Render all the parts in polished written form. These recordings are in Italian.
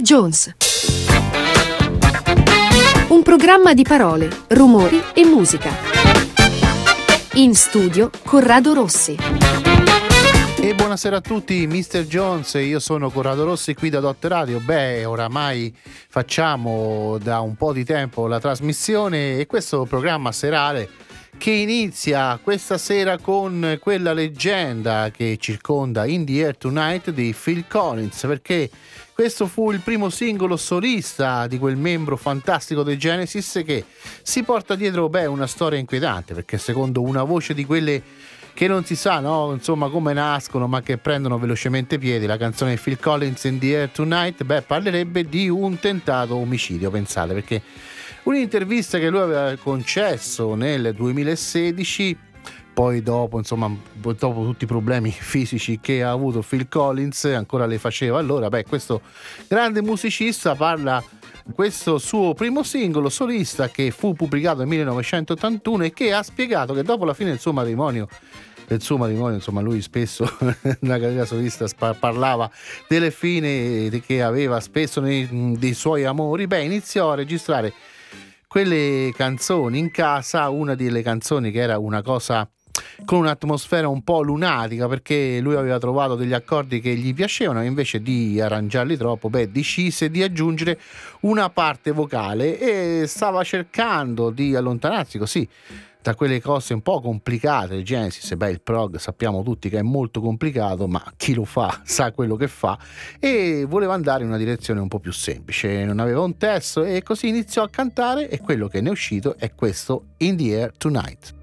Jones. Un programma di parole, rumori e musica. In studio Corrado Rossi. E buonasera a tutti, Mr. Jones, io sono Corrado Rossi qui da Dot Radio. Oramai facciamo da un po' di tempo la trasmissione e questo programma serale che inizia questa sera con quella leggenda che circonda In the Air Tonight di Phil Collins, perché questo fu il primo singolo solista di quel membro fantastico dei Genesis che si porta dietro una storia inquietante, perché secondo una voce di quelle che non si sa, no? Insomma, come nascono, ma che prendono velocemente piede, la canzone di Phil Collins In the Air Tonight, parlerebbe di un tentato omicidio, pensate, perché un'intervista che lui aveva concesso nel 2016, poi dopo tutti i problemi fisici che ha avuto Phil Collins, ancora le faceva allora, questo grande musicista parla questo suo primo singolo solista che fu pubblicato nel 1981 e che ha spiegato che dopo la fine del suo matrimonio, lui spesso nella carriera solista parlava delle fine che aveva spesso dei suoi amori, iniziò a registrare quelle canzoni in casa, una delle canzoni che era una cosa con un'atmosfera un po' lunatica, perché lui aveva trovato degli accordi che gli piacevano e invece di arrangiarli troppo, decise di aggiungere una parte vocale e stava cercando di allontanarsi così da quelle cose un po' complicate del Genesis. Il prog sappiamo tutti che è molto complicato, ma chi lo fa sa quello che fa, e voleva andare in una direzione un po' più semplice, non aveva un testo e così iniziò a cantare, e quello che ne è uscito è questo In the Air Tonight.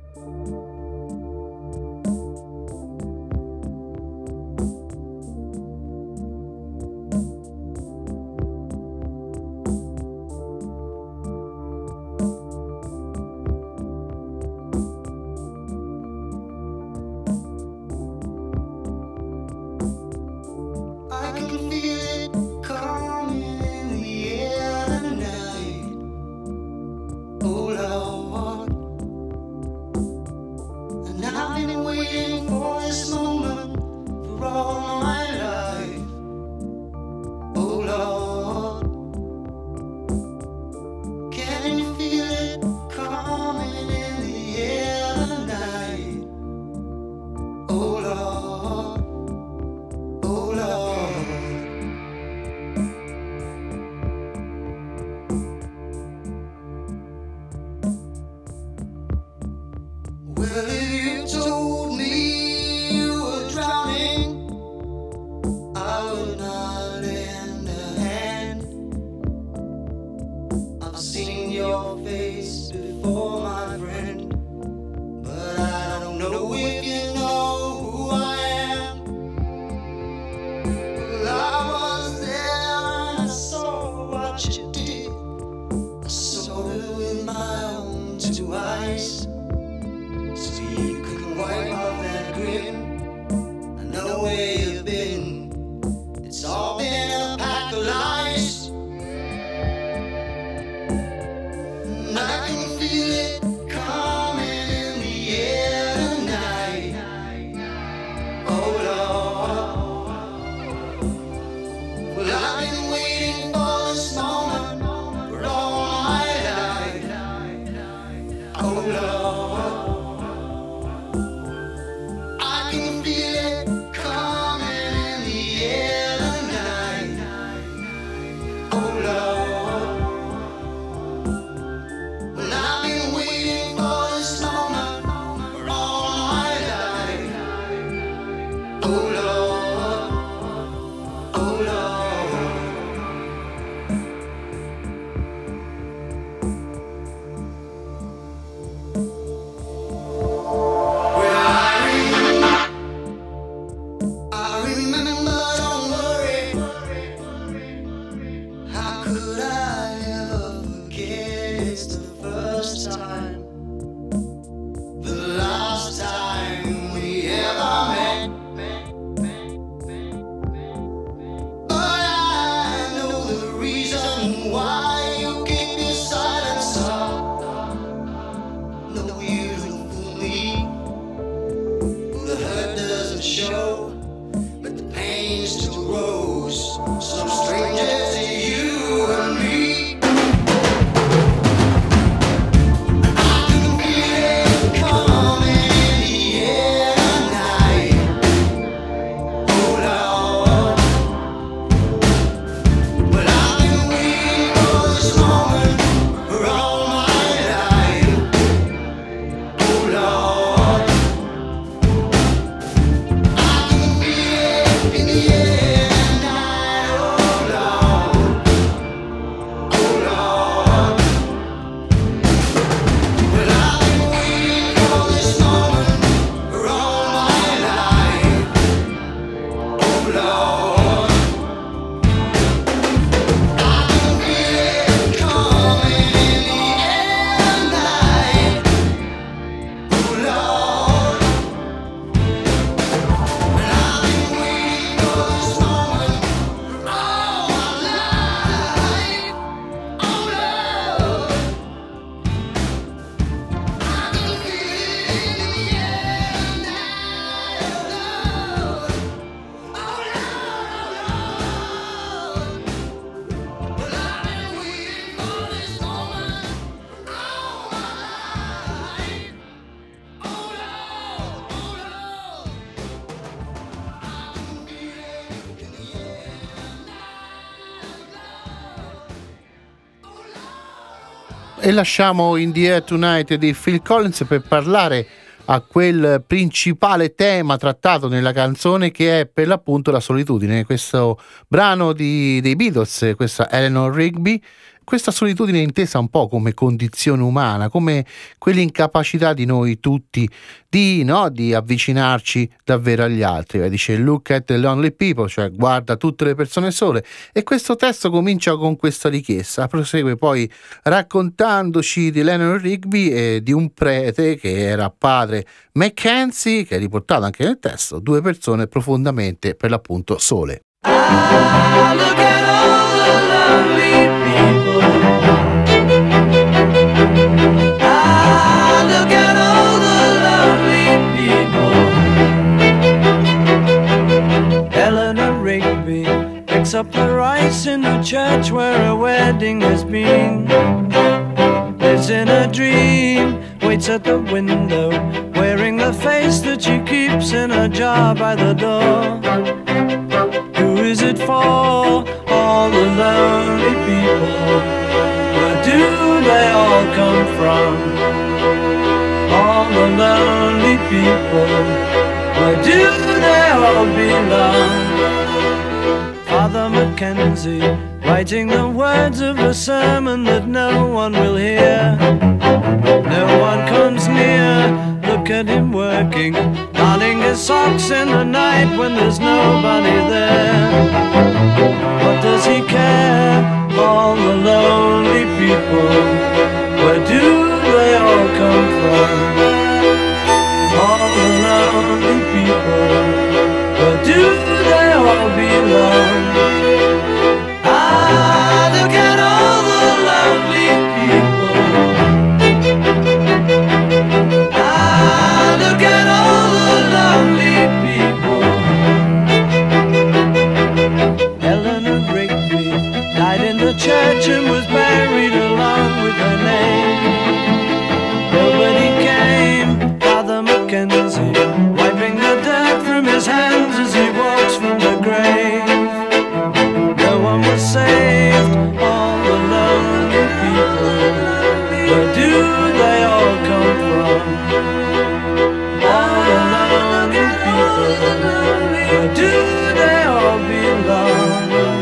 show, but the pain still grows. Some strangers to you. E lasciamo In the Air Tonight di Phil Collins per parlare a quel principale tema trattato nella canzone, che è per l'appunto la solitudine. Questo brano dei Beatles, questa Eleanor Rigby, questa solitudine è intesa un po' come condizione umana, come quell'incapacità di noi tutti di avvicinarci davvero agli altri. Dice look at the lonely people, cioè guarda tutte le persone sole, e questo testo comincia con questa richiesta, prosegue poi raccontandoci di Eleanor Rigby e di un prete che era padre Mackenzie, che è riportato anche nel testo, due persone profondamente per l'appunto sole. Ah, look at all the lonely people. Ah, look at all the lonely people. Eleanor Rigby picks up the rice in the church where a wedding has been. Lives in a dream, waits at the window, wearing the face that she keeps in a jar by the door. Who is it for? All the lonely people. Where do they all come from? All the lonely people. Where do they all belong? Father Mackenzie, writing the words of a sermon that no one will hear. No one comes near. Look at him working, darning his socks in the night when there's nobody there. What does he care? All the lonely people. Where do they all come from? All the lonely people. Where do they all belong? Ah, look at all the lonely people. Ah, look at all the lonely people. Eleanor Rigby died in the church and was buried along with her name. Nobody came. Father Mackenzie wiping the dirt from his hands as he walks from the grave. No one was saved. All the lonely people. Where do they all come from? All the lonely people. Where do they all belong?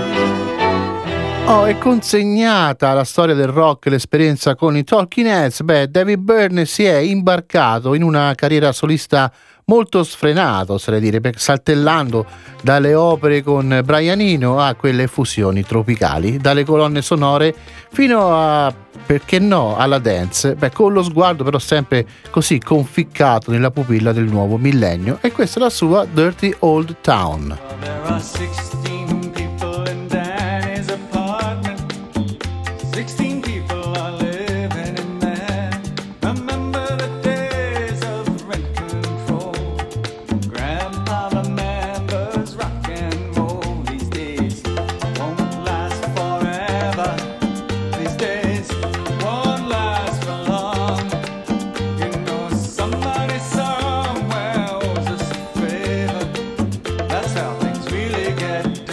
È consegnata la storia del rock, l'esperienza con i Talking Heads. David Byrne si è imbarcato in una carriera solista molto sfrenato, oserei dire, saltellando dalle opere con Brian Eno a quelle fusioni tropicali, dalle colonne sonore fino a, perché no, alla dance, con lo sguardo però sempre così conficcato nella pupilla del nuovo millennio, e questa è la sua Dirty Old Town. There are 16 people in Danny's apartment. 16 people are living in there. Remember the days of rent control. Grandpa remembers rock and roll. These days won't last forever. These days won't last for long. You know somebody somewhere owes us a favor. That's how things really get.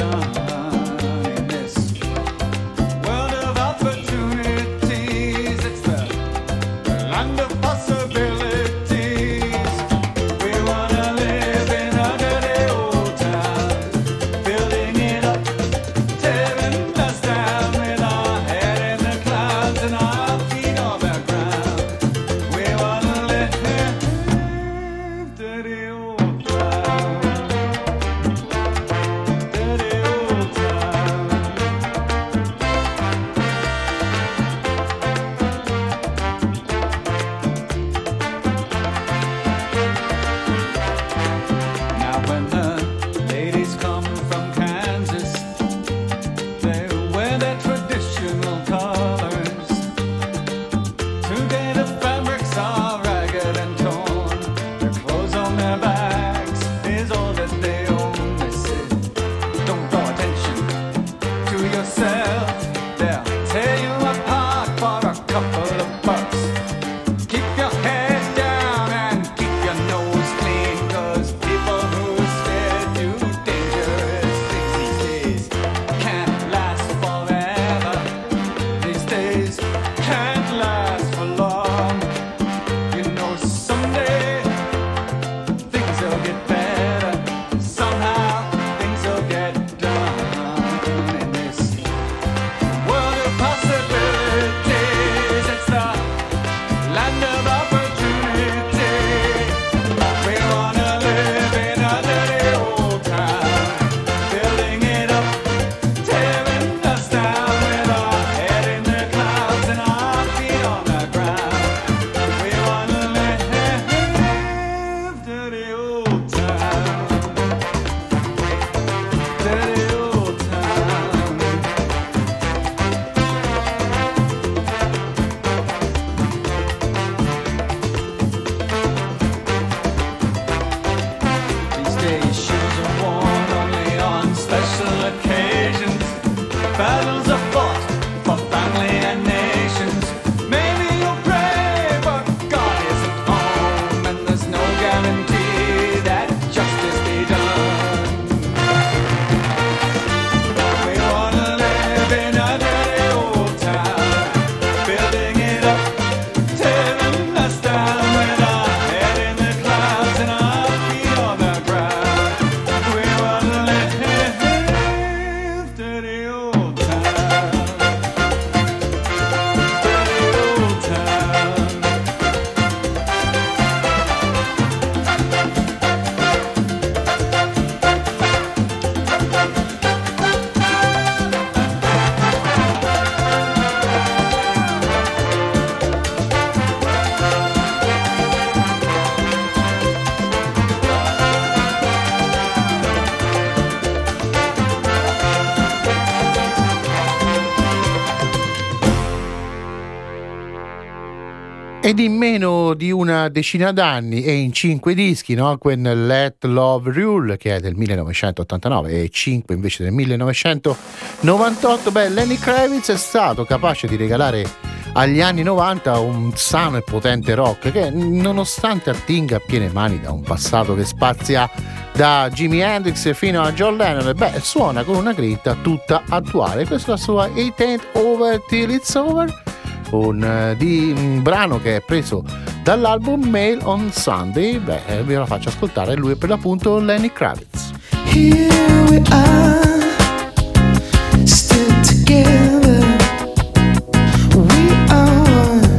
Ed in meno di una decina d'anni e in 5 dischi, no? Quel Let Love Rule, che è del 1989, e 5 invece del 1998, Lenny Kravitz è stato capace di regalare agli anni 90 un sano e potente rock che, nonostante attinga a piene mani da un passato che spazia da Jimi Hendrix fino a John Lennon, suona con una grinta tutta attuale. Questa è la sua It Ain't Over Till It's Over, un brano che è preso dall'album Mail on Sunday. Vi la faccio ascoltare, lui è per l'appunto Lenny Kravitz. Here we are, still together. We are one.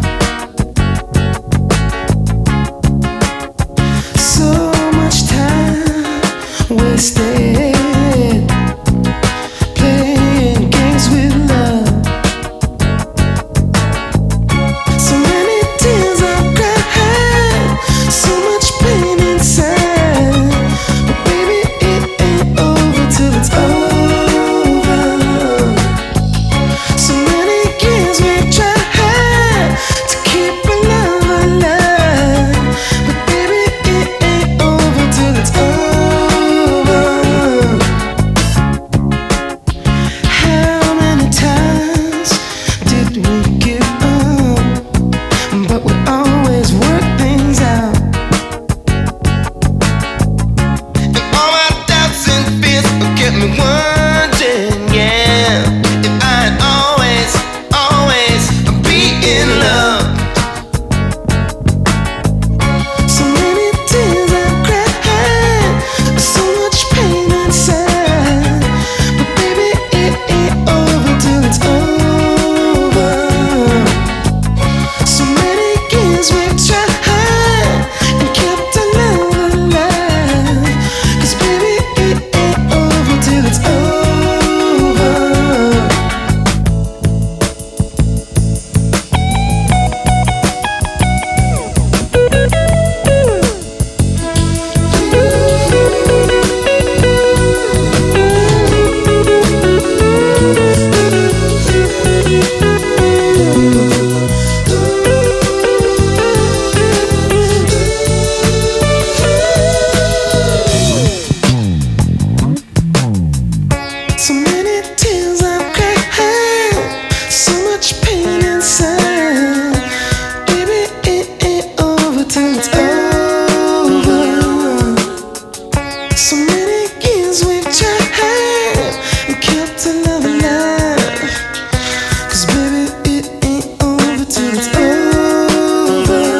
So much time wasted playing games with love. So many tears I've cried, so much pain inside. But baby, it ain't over till it's over. So many years we've tried to keep our love alive. But baby, it ain't over till it's over. How many times did we give up? But we always work things out. And all my doubts and fears kept me wondering, yeah, if I'd always, always be in love. So many tears I've cried, so much pain inside. But baby, it ain't over till it's over. So many years we've tried and kept our love alive. 'Cause baby, it ain't over till it's over. So many tears I've cried, so much pain inside. Baby, it ain't over till it's over. So many years we've tried and kept our love alive. 'Cause baby, it ain't over till it's over.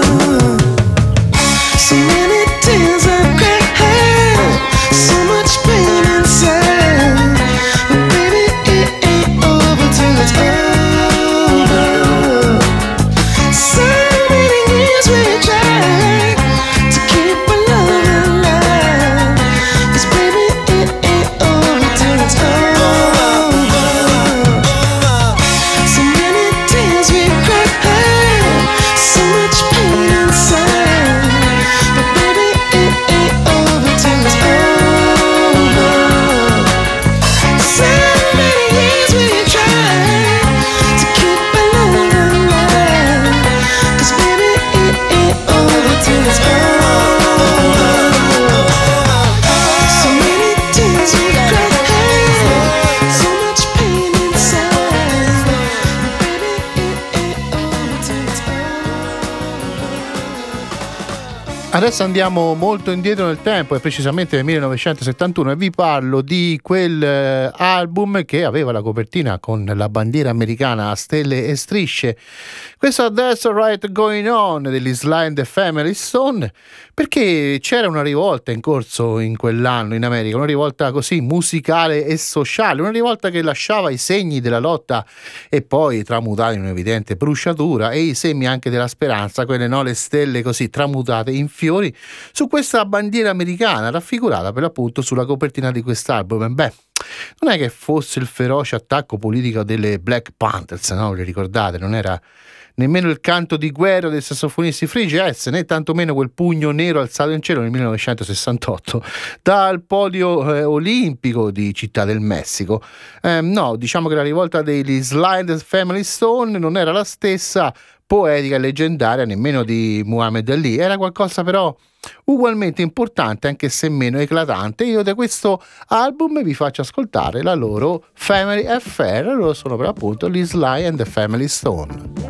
So many tears I've cried, so much pain inside. But baby, it ain't over till it's over. So many years we tried to keep our love alive. 'Cause baby, it ain't over till it's over. So many tears we cried, so much pain inside. But baby, it ain't over till it's over. So many years we tried to keep our love alive. 'Cause baby, it ain't over till it's over. So many tears we cried, so much pain inside. But baby, it ain't over till it's over. Adesso andiamo molto indietro nel tempo, e precisamente nel 1971, e vi parlo di quel album che aveva la copertina con la bandiera americana a stelle e strisce. Questo That's Alright Going On degli Sly and the Family Stone, perché c'era una rivolta in corso in quell'anno in America, una rivolta così musicale e sociale, una rivolta che lasciava i segni della lotta e poi tramutata in un'evidente bruciatura, e i semi anche della speranza, quelle no, le stelle così tramutate in fiori, su questa bandiera americana raffigurata per l'appunto sulla copertina di quest'album. Non è che fosse il feroce attacco politico delle Black Panthers, no? Vi ricordate? Non era nemmeno il canto di guerra dei sassofonisti Free Jazz, né tantomeno quel pugno nero alzato in cielo nel 1968 dal podio olimpico di Città del Messico. No, diciamo che la rivolta degli Sly and the Family Stone non era la stessa, poetica e leggendaria nemmeno di Muhammad Ali, era qualcosa però ugualmente importante anche se meno eclatante. Io da questo album vi faccio ascoltare la loro Family Affair, loro sono per appunto gli Sly and the Family Stone.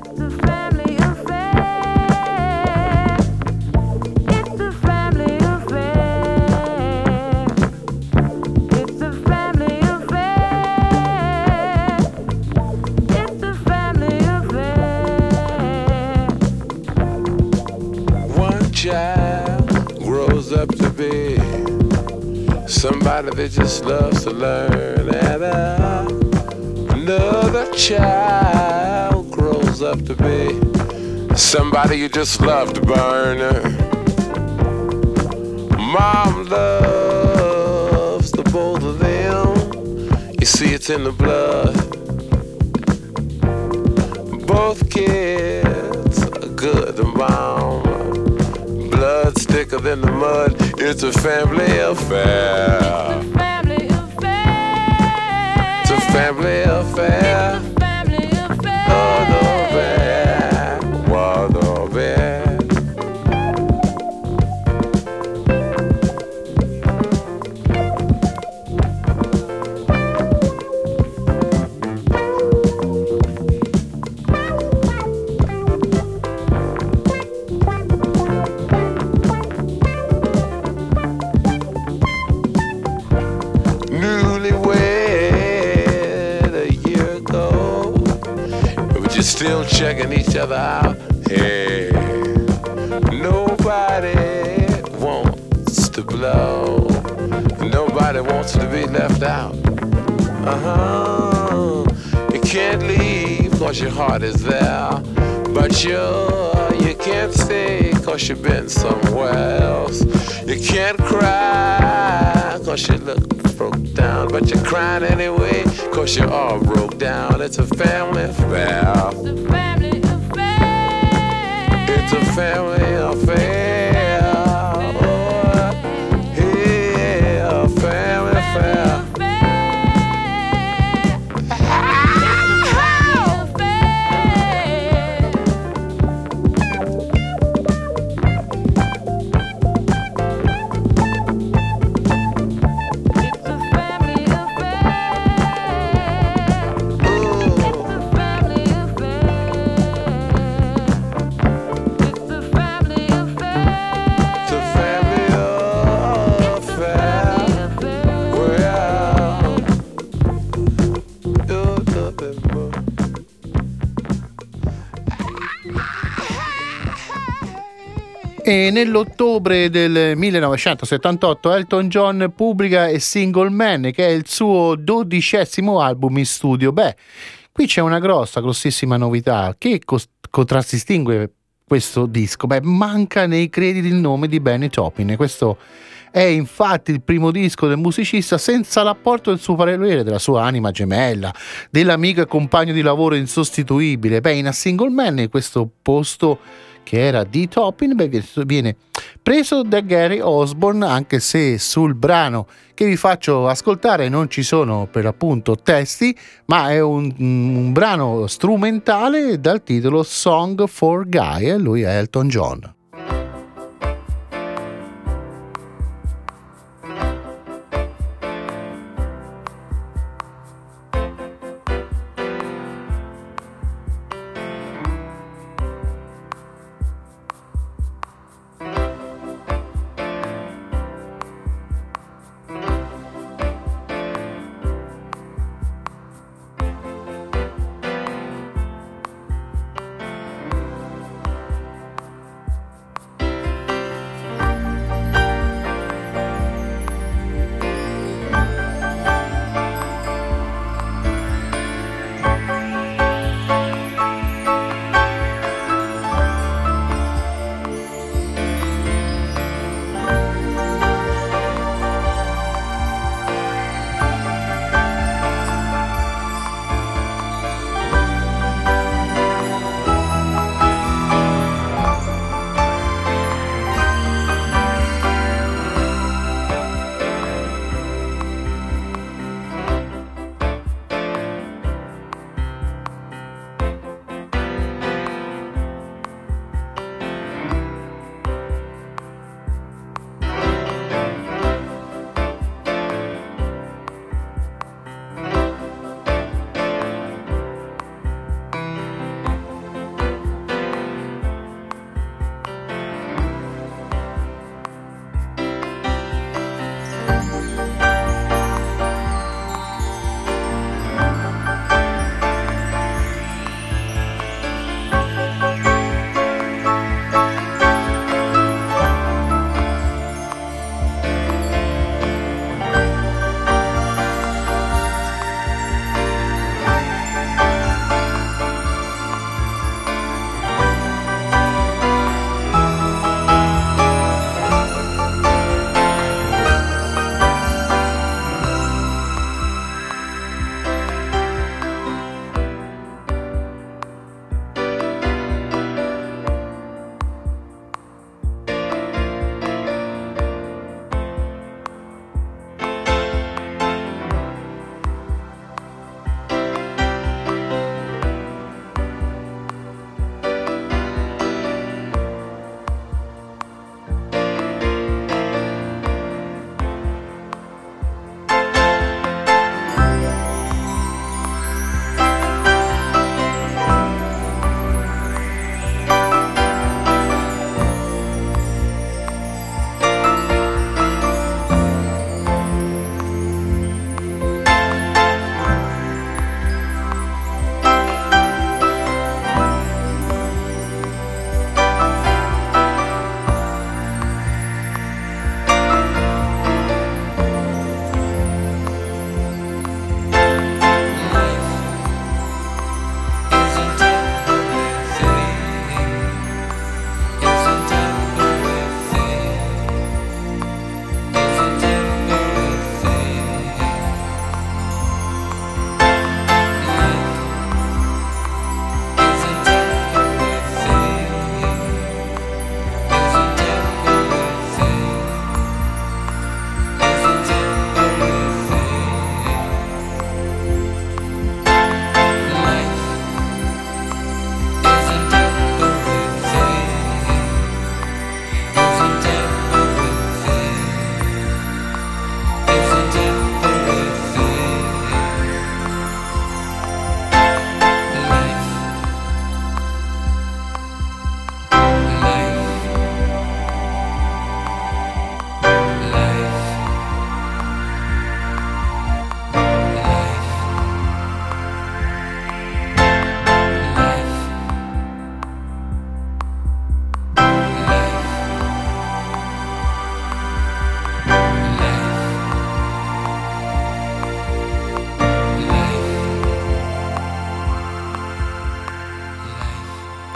Child grows up to be somebody that just loves to learn, and another child grows up to be somebody you just love to burn. Mom loves the both of them, you see it's in the blood. Both kids are good to mom. Blood's thicker than the mud. It's a family affair. It's a family affair. It's a family affair. It's a family affair. Wado bear. Still checking each other out. Hey, nobody wants to blow. Nobody wants to be left out. You can't leave cause your heart is there, but you can't stay cause you've been somewhere else. You can't cry cause you look broke down, but you're crying anyway cause you're all broke down. It's a family affair. It's a family affair. It's a family affair. Oh, yeah, a family affair. E nell'ottobre del 1978 Elton John pubblica A Single Man, che è il suo 12° album in studio. Beh, qui c'è una grossissima novità che contraddistingue questo disco. Beh, manca nei crediti il nome di Benny Taupin. Questo è infatti il primo disco del musicista senza l'apporto del suo paroliere, della sua anima gemella, dell'amico e compagno di lavoro insostituibile. Beh, in A Single Man questo posto che era di Taupin viene preso da Gary Osborne, anche se sul brano che vi faccio ascoltare non ci sono per appunto testi, ma è un brano strumentale dal titolo Song for Guy, e lui è Elton John.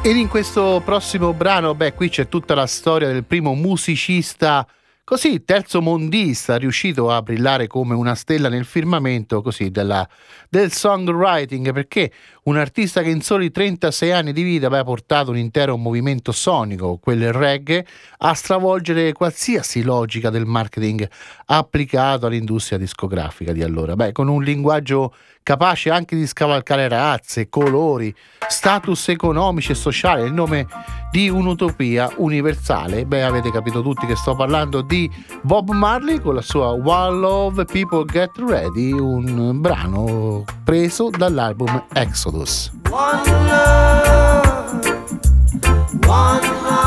Ed in questo prossimo brano, qui c'è tutta la storia del primo musicista così terzomondista, riuscito a brillare come una stella nel firmamento così del songwriting, perché un artista che in soli 36 anni di vita ha portato un intero movimento sonico, quel reggae, a stravolgere qualsiasi logica del marketing applicato all'industria discografica di allora, con un linguaggio capace anche di scavalcare razze, colori, status economici e sociali, il nome di un'utopia universale. Avete capito tutti che sto parlando di Bob Marley con la sua One Love People Get Ready, un brano preso dall'album Exodus. One love, one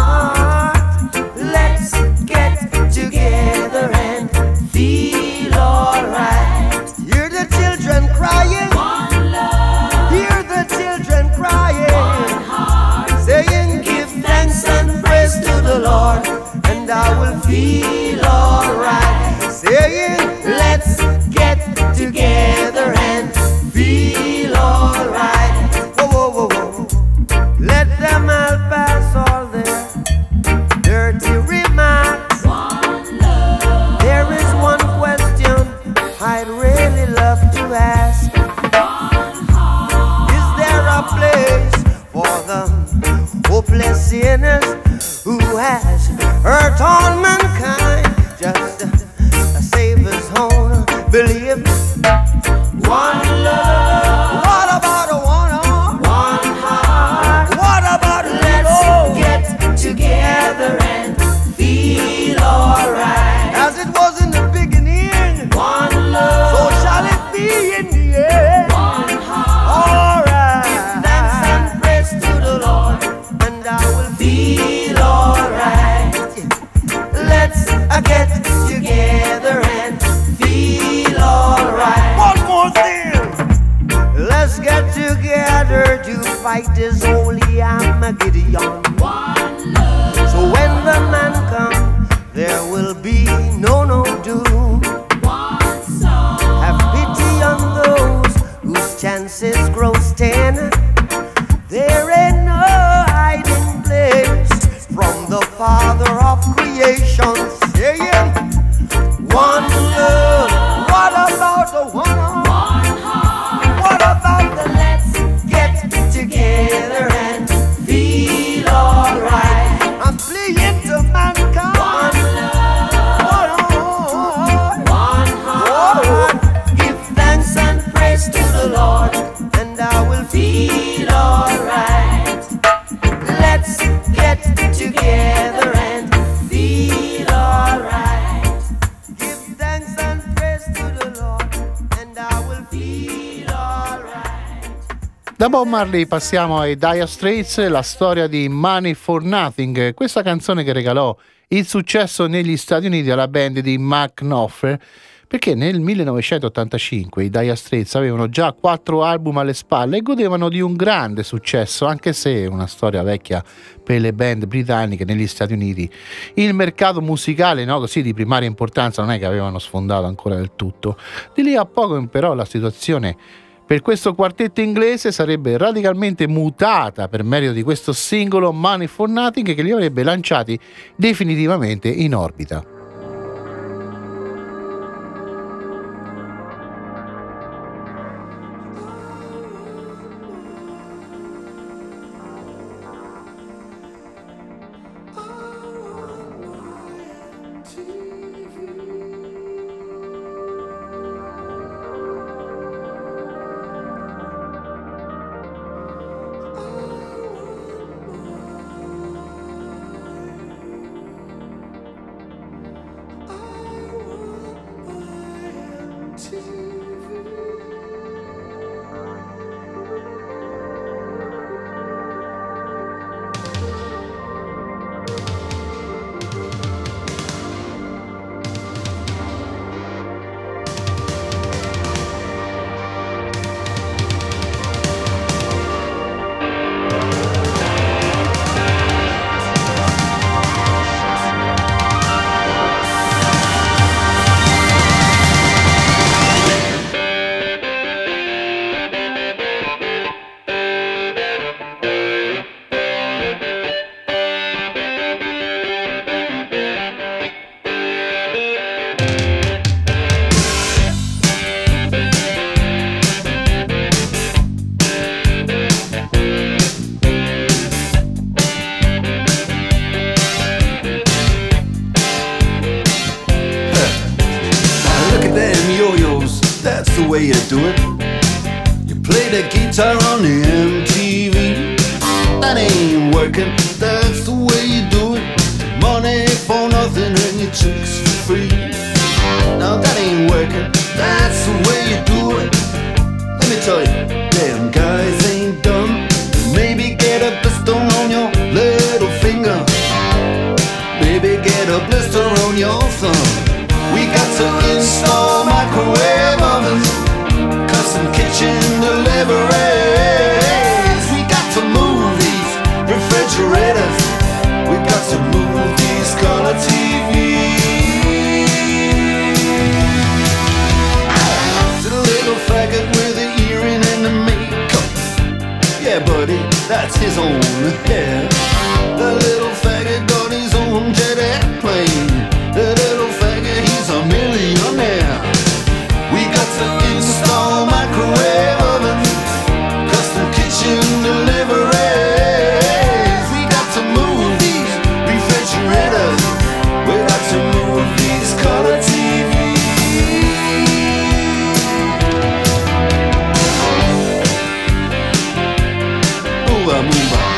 heart, let's get together and feel alright. Hear the children crying, one love. Hear the children crying, one heart. Saying give thanks and praise to the Lord, and I will feel alright. Saying let's get together and feel alright. Whoa, whoa, whoa, whoa. Let them all pass all their dirty remarks. One love. There is one question I'd really love to ask. One heart. Is there a place for the hopeless sinners who has hurt all mankind? Just a Savior's own belief. One love. What about a one heart? One heart. What about let's get together and feel alright. As it was in the beginning, one love. So shall it be in the end. One heart. Alright. Give thanks and praise to the Lord, and I will feel alright. Let's get together and feel alright. One more thing. Let's get together to fight this holy Armageddon. One love. So when the man comes, there will be no doom. One song. Have pity on those whose chances grow thin. There ain't no hiding place from the Father of creation. Saying, one love. What about the one heart? One heart. What about the let's get together and feel alright? I'm pleading to mankind. One love. One heart. Give thanks and praise to the Lord, and I will feel alright. Let's get together and feel alright. Give thanks and praise to the Lord, and I will feel alright. Da Bob Marley passiamo ai Dire Straits, la storia di Money for Nothing, questa canzone che regalò il successo negli Stati Uniti alla band di Mark Knopfler, perché nel 1985 i Dire Straits avevano già 4 album alle spalle e godevano di un grande successo, anche se è una storia vecchia per le band britanniche negli Stati Uniti. Il mercato musicale, così di primaria importanza, non è che avevano sfondato ancora del tutto. Di lì a poco però la situazione per questo quartetto inglese sarebbe radicalmente mutata per merito di questo singolo Money for Nothing che li avrebbe lanciati definitivamente in orbita. that's the way you do it. You play the guitar on the MTV. That ain't working, that's the way you do it. Money for nothing and your chicks for free. Now that ain't working, that's the way you do it. Let me tell you, damn guys ain't dumb. Maybe get a blister on your little finger. Maybe get a blister on your thumb. We got to install microwave ovens, custom kitchen deliveries. We got to move these refrigerators. We got to move these color TVs. To the little faggot with the earring and the makeup. Yeah, buddy, that's his own hair. The little faggot got his own jet airplane. The little faggot, he's a millionaire. We got to install microwave ovens, custom kitchen deliveries. We got to move these refrigerators. We got to move these color TVs. Move on, move on.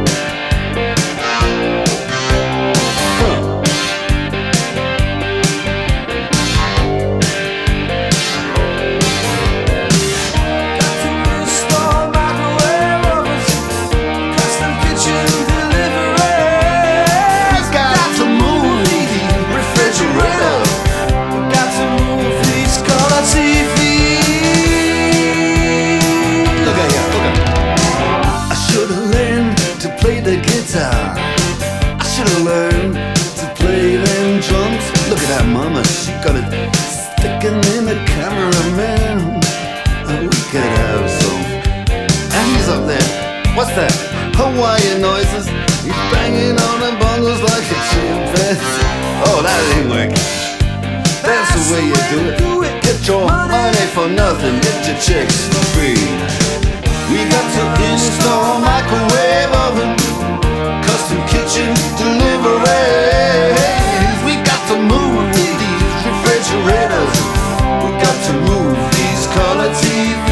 Mama, she got it sticking in the cameraman. We could have some. And he's up there. What's that? Hawaiian noises. He's banging on the bongos like a chimpanzee. Oh, that ain't working. That's the way you do it. Get your money for nothing. Get your chicks for free. We got to install microwave oven, custom kitchen deliveries. We got to move these refrigerators. We got to move these color TVs.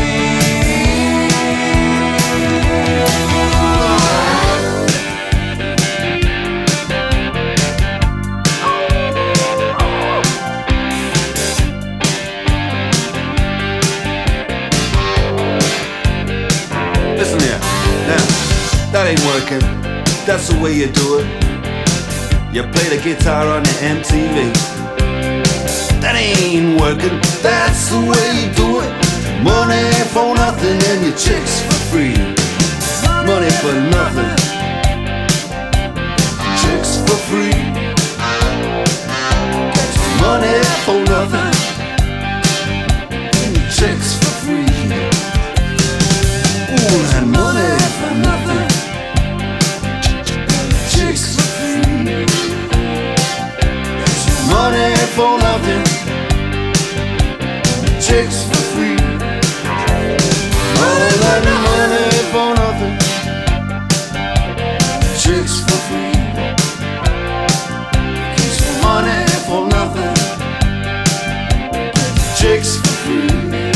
Listen here, now, that ain't working. That's the way you do it. You play the guitar on the MTV. That ain't working, that's the way you do it. Money for nothing and your chicks for free. Money for nothing, chicks for free. Money for nothing, and your chicks for free. Ooh, and money for nothing, chicks for free. Money for nothing, chicks for free. All that money for nothing, chicks for free. Money for nothing, chicks for free.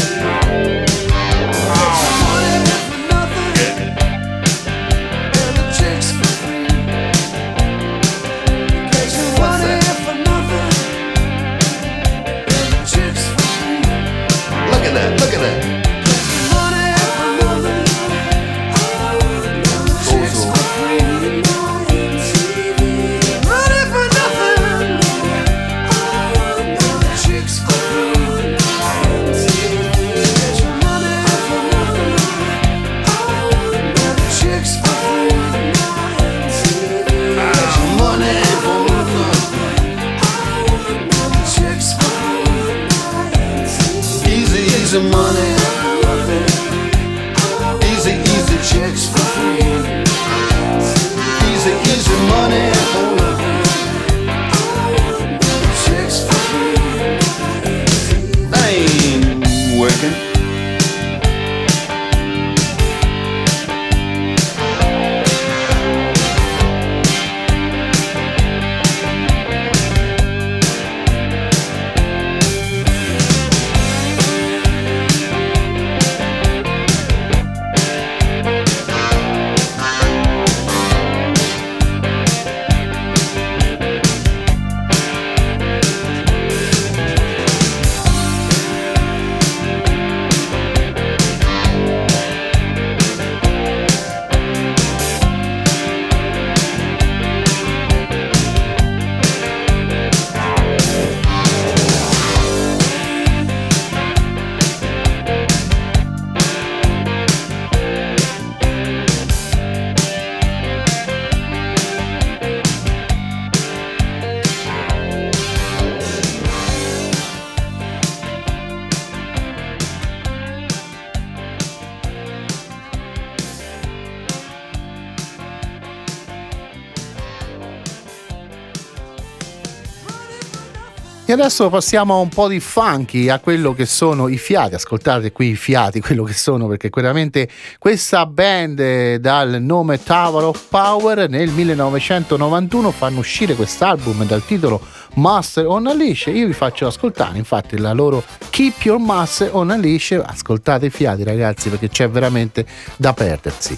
Look at that. Easy money, easy chicks for free. Easy money for nothing, chicks for free. That ain't working. E adesso passiamo a un po' di funky, a quello che sono i fiati. Ascoltate qui i fiati, quello che sono, perché veramente questa band dal nome Tower of Power nel 1991 fanno uscire quest'album dal titolo Master on a Leash. Io vi faccio ascoltare infatti la loro Keep Your Master on a Leash. Ascoltate i fiati, ragazzi, perché c'è veramente da perdersi.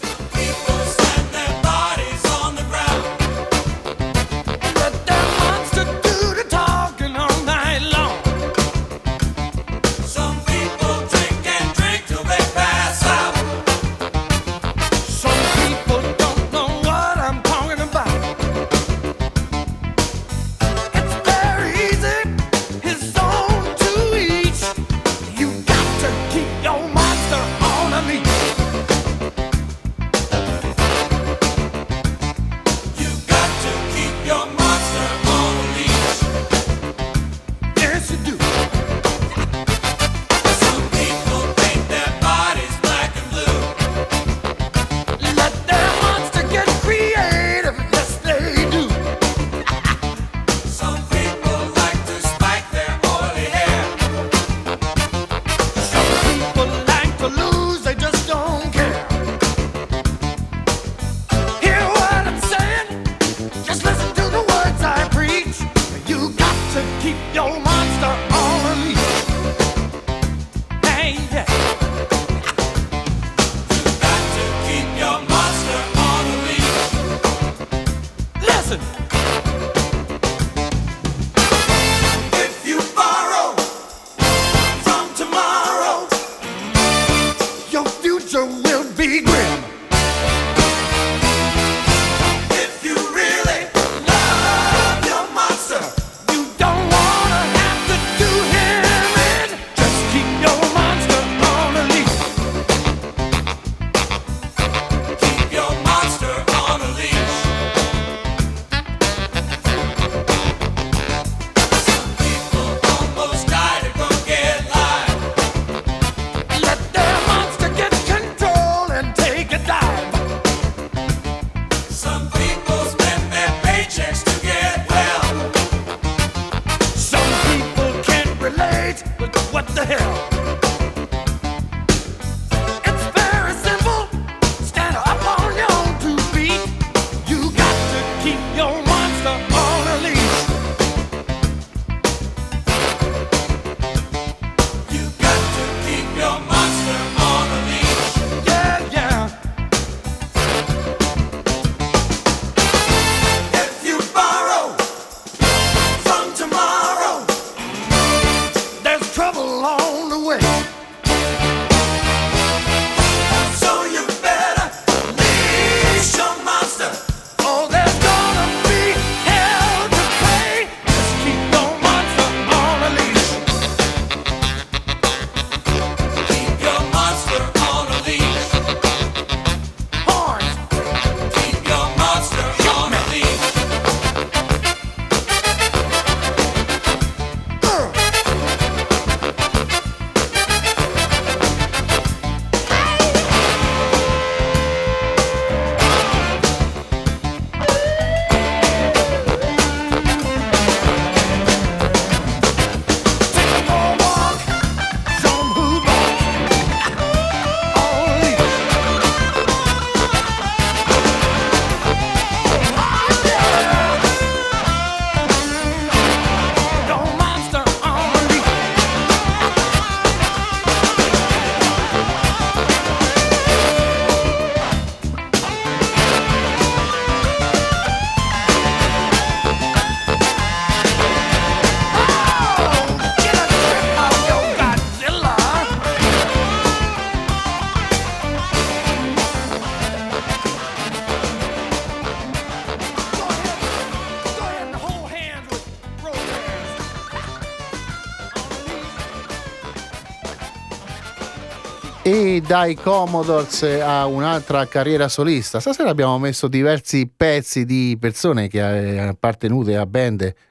E dai Commodores a un'altra carriera solista. Stasera abbiamo messo diversi pezzi di persone che appartenute a band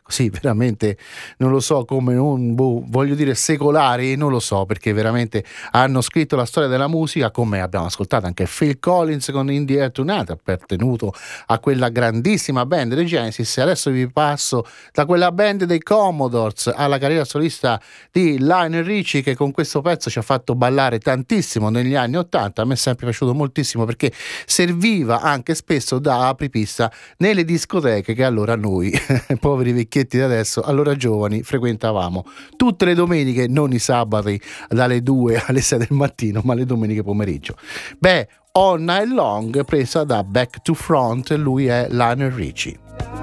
sì, veramente non lo so, come un voglio dire secolari, non lo so, perché veramente hanno scritto la storia della musica, come abbiamo ascoltato anche Phil Collins con In the Air Tonight, appartenuto a quella grandissima band dei Genesis. E adesso vi passo da quella band dei Commodores alla carriera solista di Lionel Richie, che con questo pezzo ci ha fatto ballare tantissimo negli anni '80. A me è sempre piaciuto moltissimo perché serviva anche spesso da apripista nelle discoteche che allora noi poveri vecchietti di adesso, allora giovani, frequentavamo tutte le domeniche, non i sabati dalle 2 alle 6 del mattino, ma le domeniche pomeriggio. Beh, All Night Long, presa da Back to Front, lui è Lionel Richie.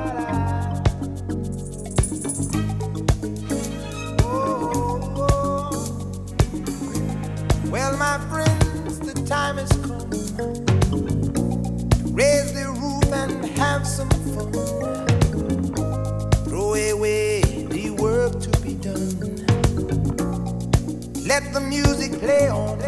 Well, my friends, the time has come. Raise the roof and have some fun. Throw away the work to be done. Let the music play on.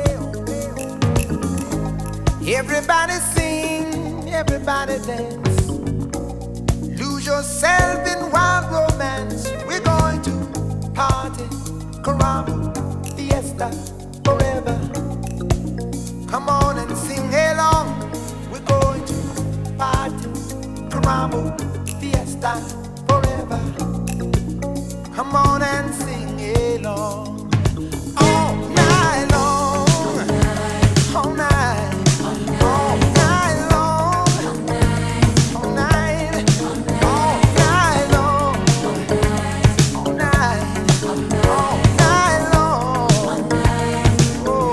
Everybody sing, everybody dance. Lose yourself in wild romance. We're going to party, caramba, fiesta, forever. Come on and sing along. We're going to party, caramba, fiesta, forever. Come on and sing along. All night long, all night, all night long, all night, all night long, all night, all night long. Oh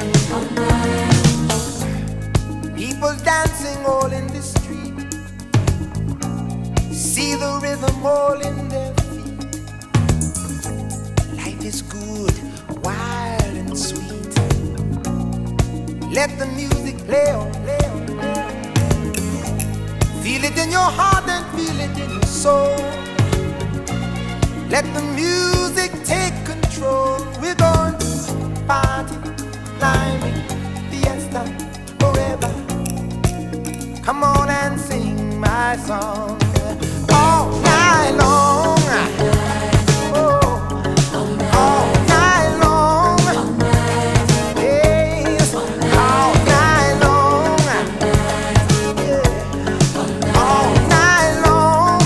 yeah. People dancing all in the street. See the rhythm all in their feet. Life is good, wild and sweet. Let the music play on, play on, play on. Feel it in your heart and feel it in your soul. Let the music take control. We're going to party, climbing, fiesta, forever. Come on and sing my song. All night long. Oh, all night long. Yes, all night long. Yeah, all night long.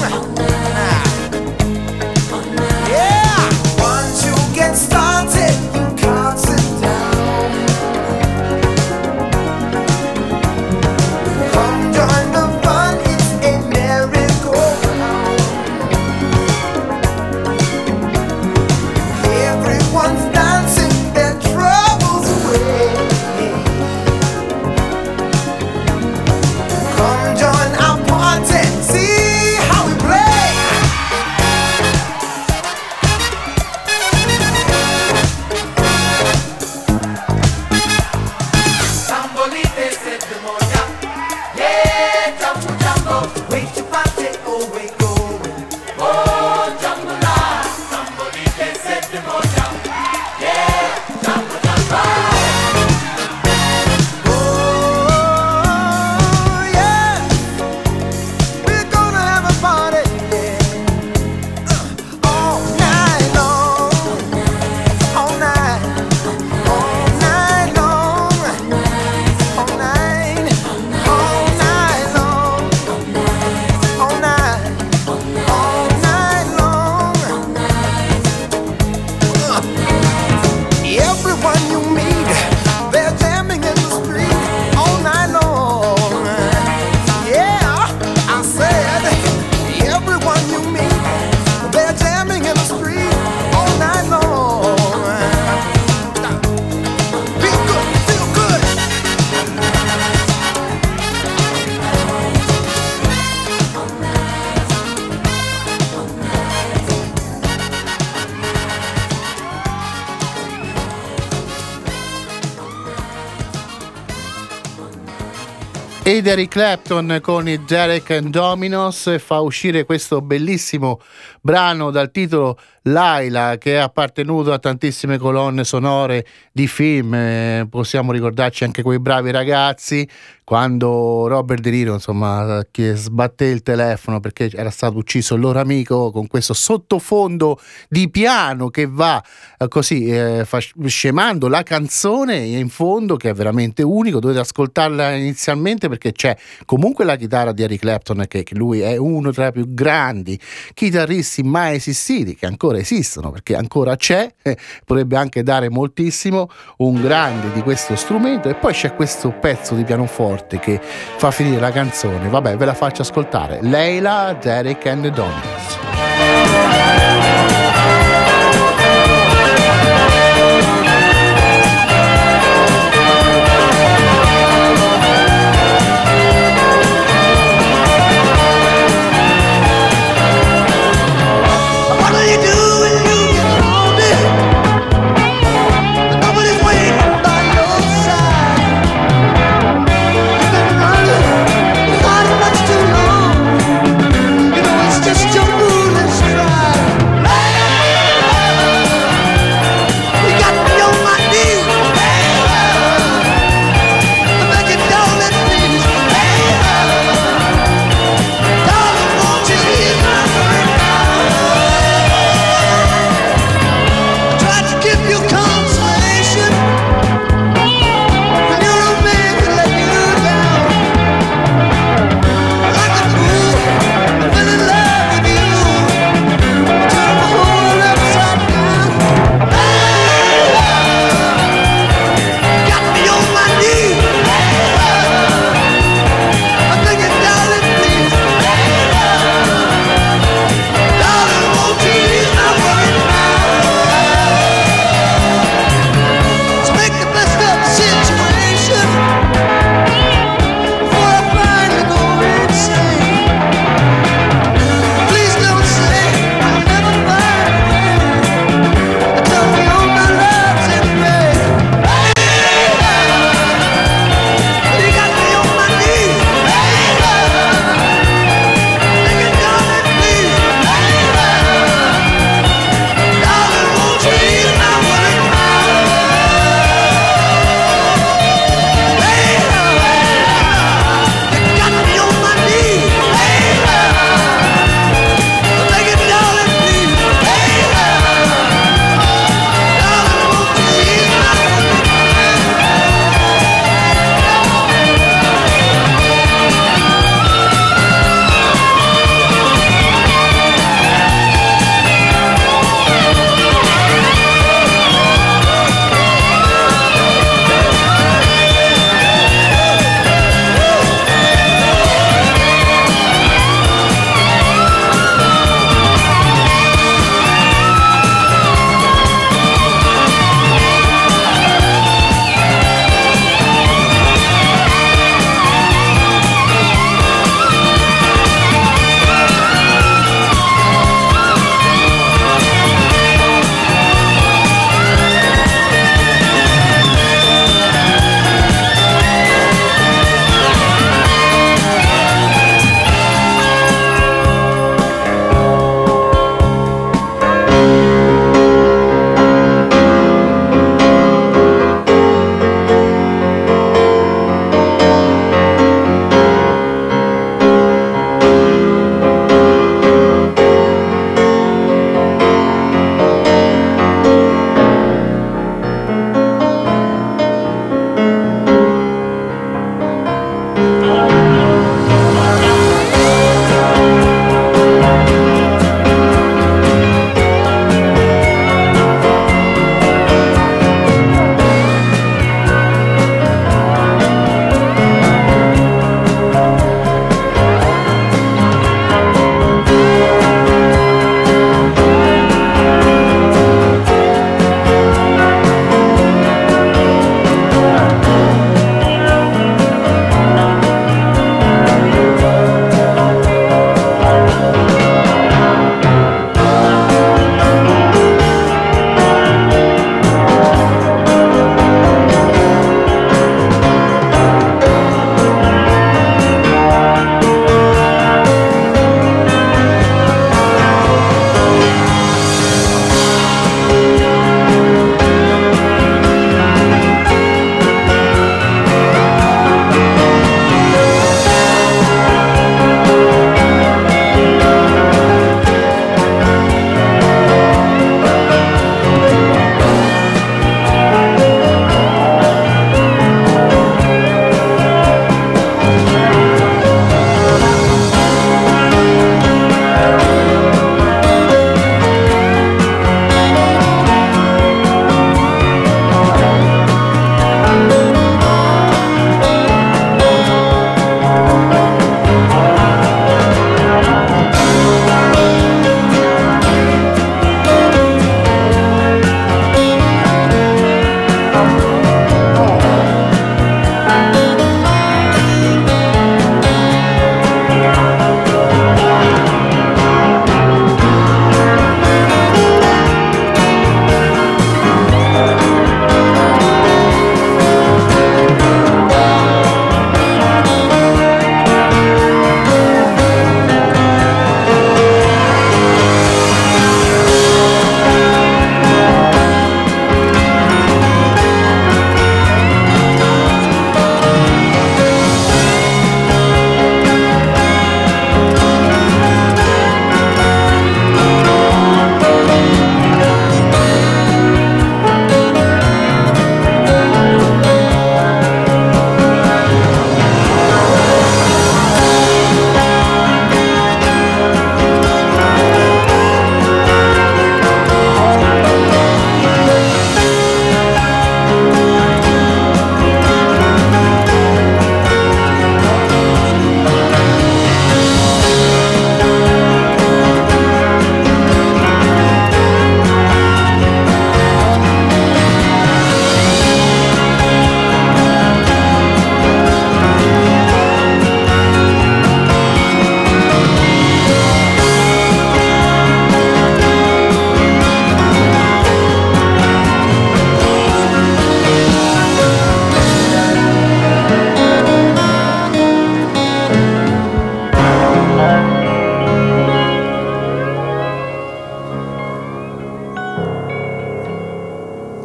Yeah, once you get started, you can't sit down. Come join the fun, it's a merry-go-round. Everyone's dancing their troubles away. Come join our party, see how we play. Sambolite set the moja. Yeah, jumbo jumbo, wait to party, oh wait going. Oh, jumbo la, sambolite set the moja. Yeah, jumbo jumbo. Oh yeah, we're gonna have a party, yeah. All night long, all night, all night long, all night, all night long, all night, all night long. Everyone you meet, they're jamming in the street all night long. Yeah, I said, everyone you meet, they're jamming in the street all night long. Feel good, feel good. Ed Eric Clapton con i Derek and Dominos fa uscire questo bellissimo brano dal titolo Laila, che è appartenuto a tantissime colonne sonore di film, possiamo ricordarci anche quei bravi ragazzi, quando Robert De Niro, insomma, che sbatté il telefono perché era stato ucciso il loro amico, con questo sottofondo di piano che va così scemando la canzone in fondo, che è veramente unico. Dovete ascoltarla inizialmente perché c'è comunque la chitarra di Eric Clapton, che lui è uno tra i più grandi chitarristi mai esistiti, che ancora esistono perché ancora c'è, potrebbe anche dare moltissimo, un grande di questo strumento. E poi c'è questo pezzo di pianoforte che fa finire la canzone. Vabbè, ve la faccio ascoltare. Leila, Derek and the Dominos. Just your foolish stride.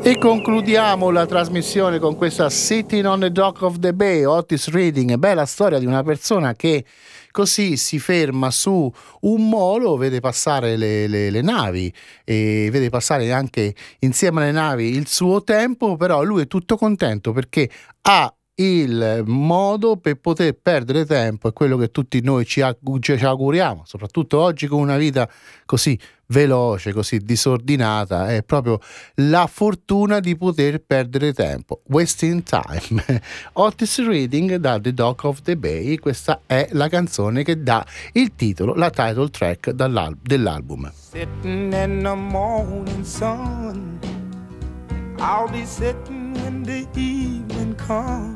E concludiamo la trasmissione con questa Sitting on the Dock of the Bay, Otis Redding. Bella storia di una persona che così si ferma su un molo, vede passare le navi e vede passare anche insieme alle navi il suo tempo, però lui è tutto contento perché ha il modo per poter perdere tempo, è quello che tutti noi ci auguriamo, soprattutto oggi con una vita così veloce, così disordinata, è proprio la fortuna di poter perdere tempo. Wasting Time. Otis Redding da The Dock of the Bay, questa è la canzone che dà il titolo, la title track dell'album. Sitting in the morning sun, I'll be sitting when the evening comes,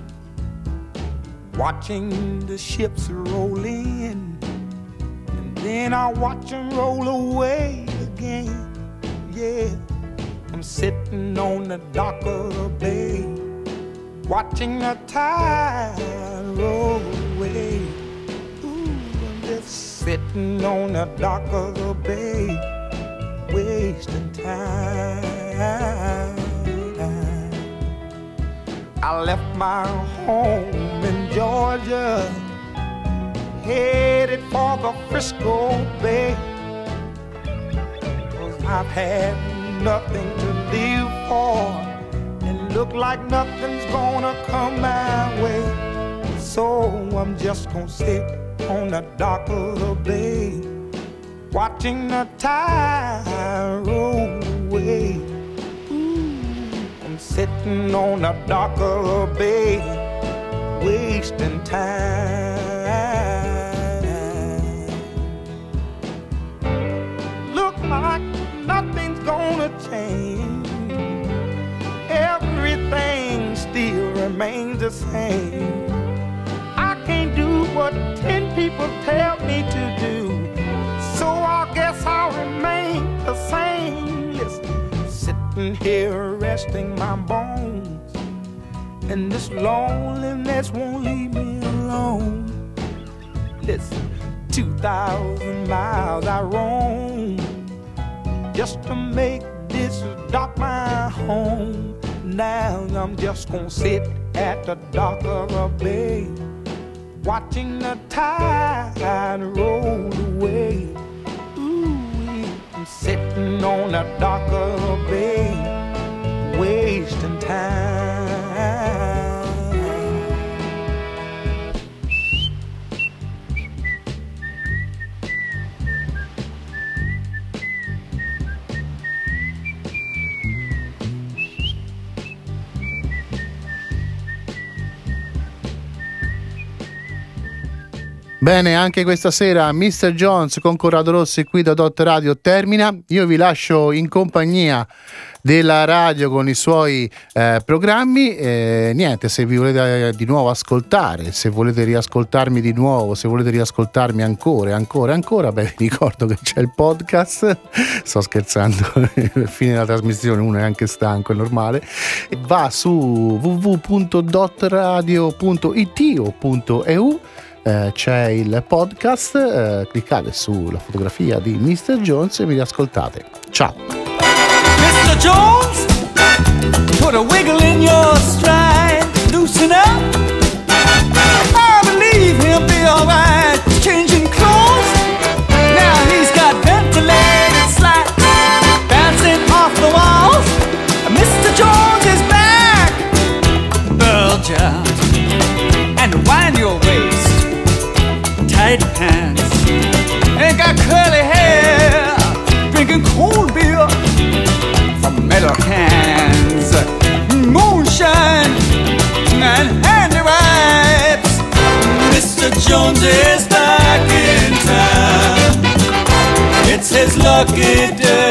watching the ships roll in, and then I'll watch them roll away again. Yeah, I'm sitting on the dock of the bay, watching the tide roll away. Ooh, I'm just sitting on the dock of the bay, wasting time. I left my home in Georgia, headed for the Frisco Bay, 'cause I've had nothing to live for, and look like nothing's gonna come my way. So I'm just gonna sit on the dock of the bay, watching the tide roll away. I'm sitting on the dock of the bay, wasting time. Look like nothing's gonna change, everything still remains the same. I can't do what 10 people tell me to do, so I guess I'll remain the same. Listen, sitting here resting my bones, and this loneliness won't leave me alone. Listen, 2,000 miles I roam just to make this dock my home. Now I'm just gonna sit at the dock of a bay, watching the tide roll away. Ooh, I'm sitting on the dock of a bay, wasting time. Bene, anche questa sera Mr. Jones con Corrado Rossi qui da Dot Radio termina. Io vi lascio in compagnia della radio con i suoi programmi. Niente, se vi volete di nuovo ascoltare, se volete riascoltarmi di nuovo, se volete riascoltarmi ancora, beh, vi ricordo che c'è il podcast. Sto scherzando, fine della trasmissione uno è anche stanco, è normale. Va su www.dotradio.it o .eu. C'è il podcast, cliccate sulla fotografia di Mr. Jones e mi riascoltate. Ciao. Mr. Jones, put a wiggle in your stride, loosen up. I believe he'll be alright. Changing clothes, now he's got ventilated slats bouncing off the walls. Mr. Jones is back. Bulge out and wind your waist. Tight pants, ain't got curly hair, drinking cold beer from metal cans, moonshine and handy wipes. Mr. Jones is back in town. It's his lucky day.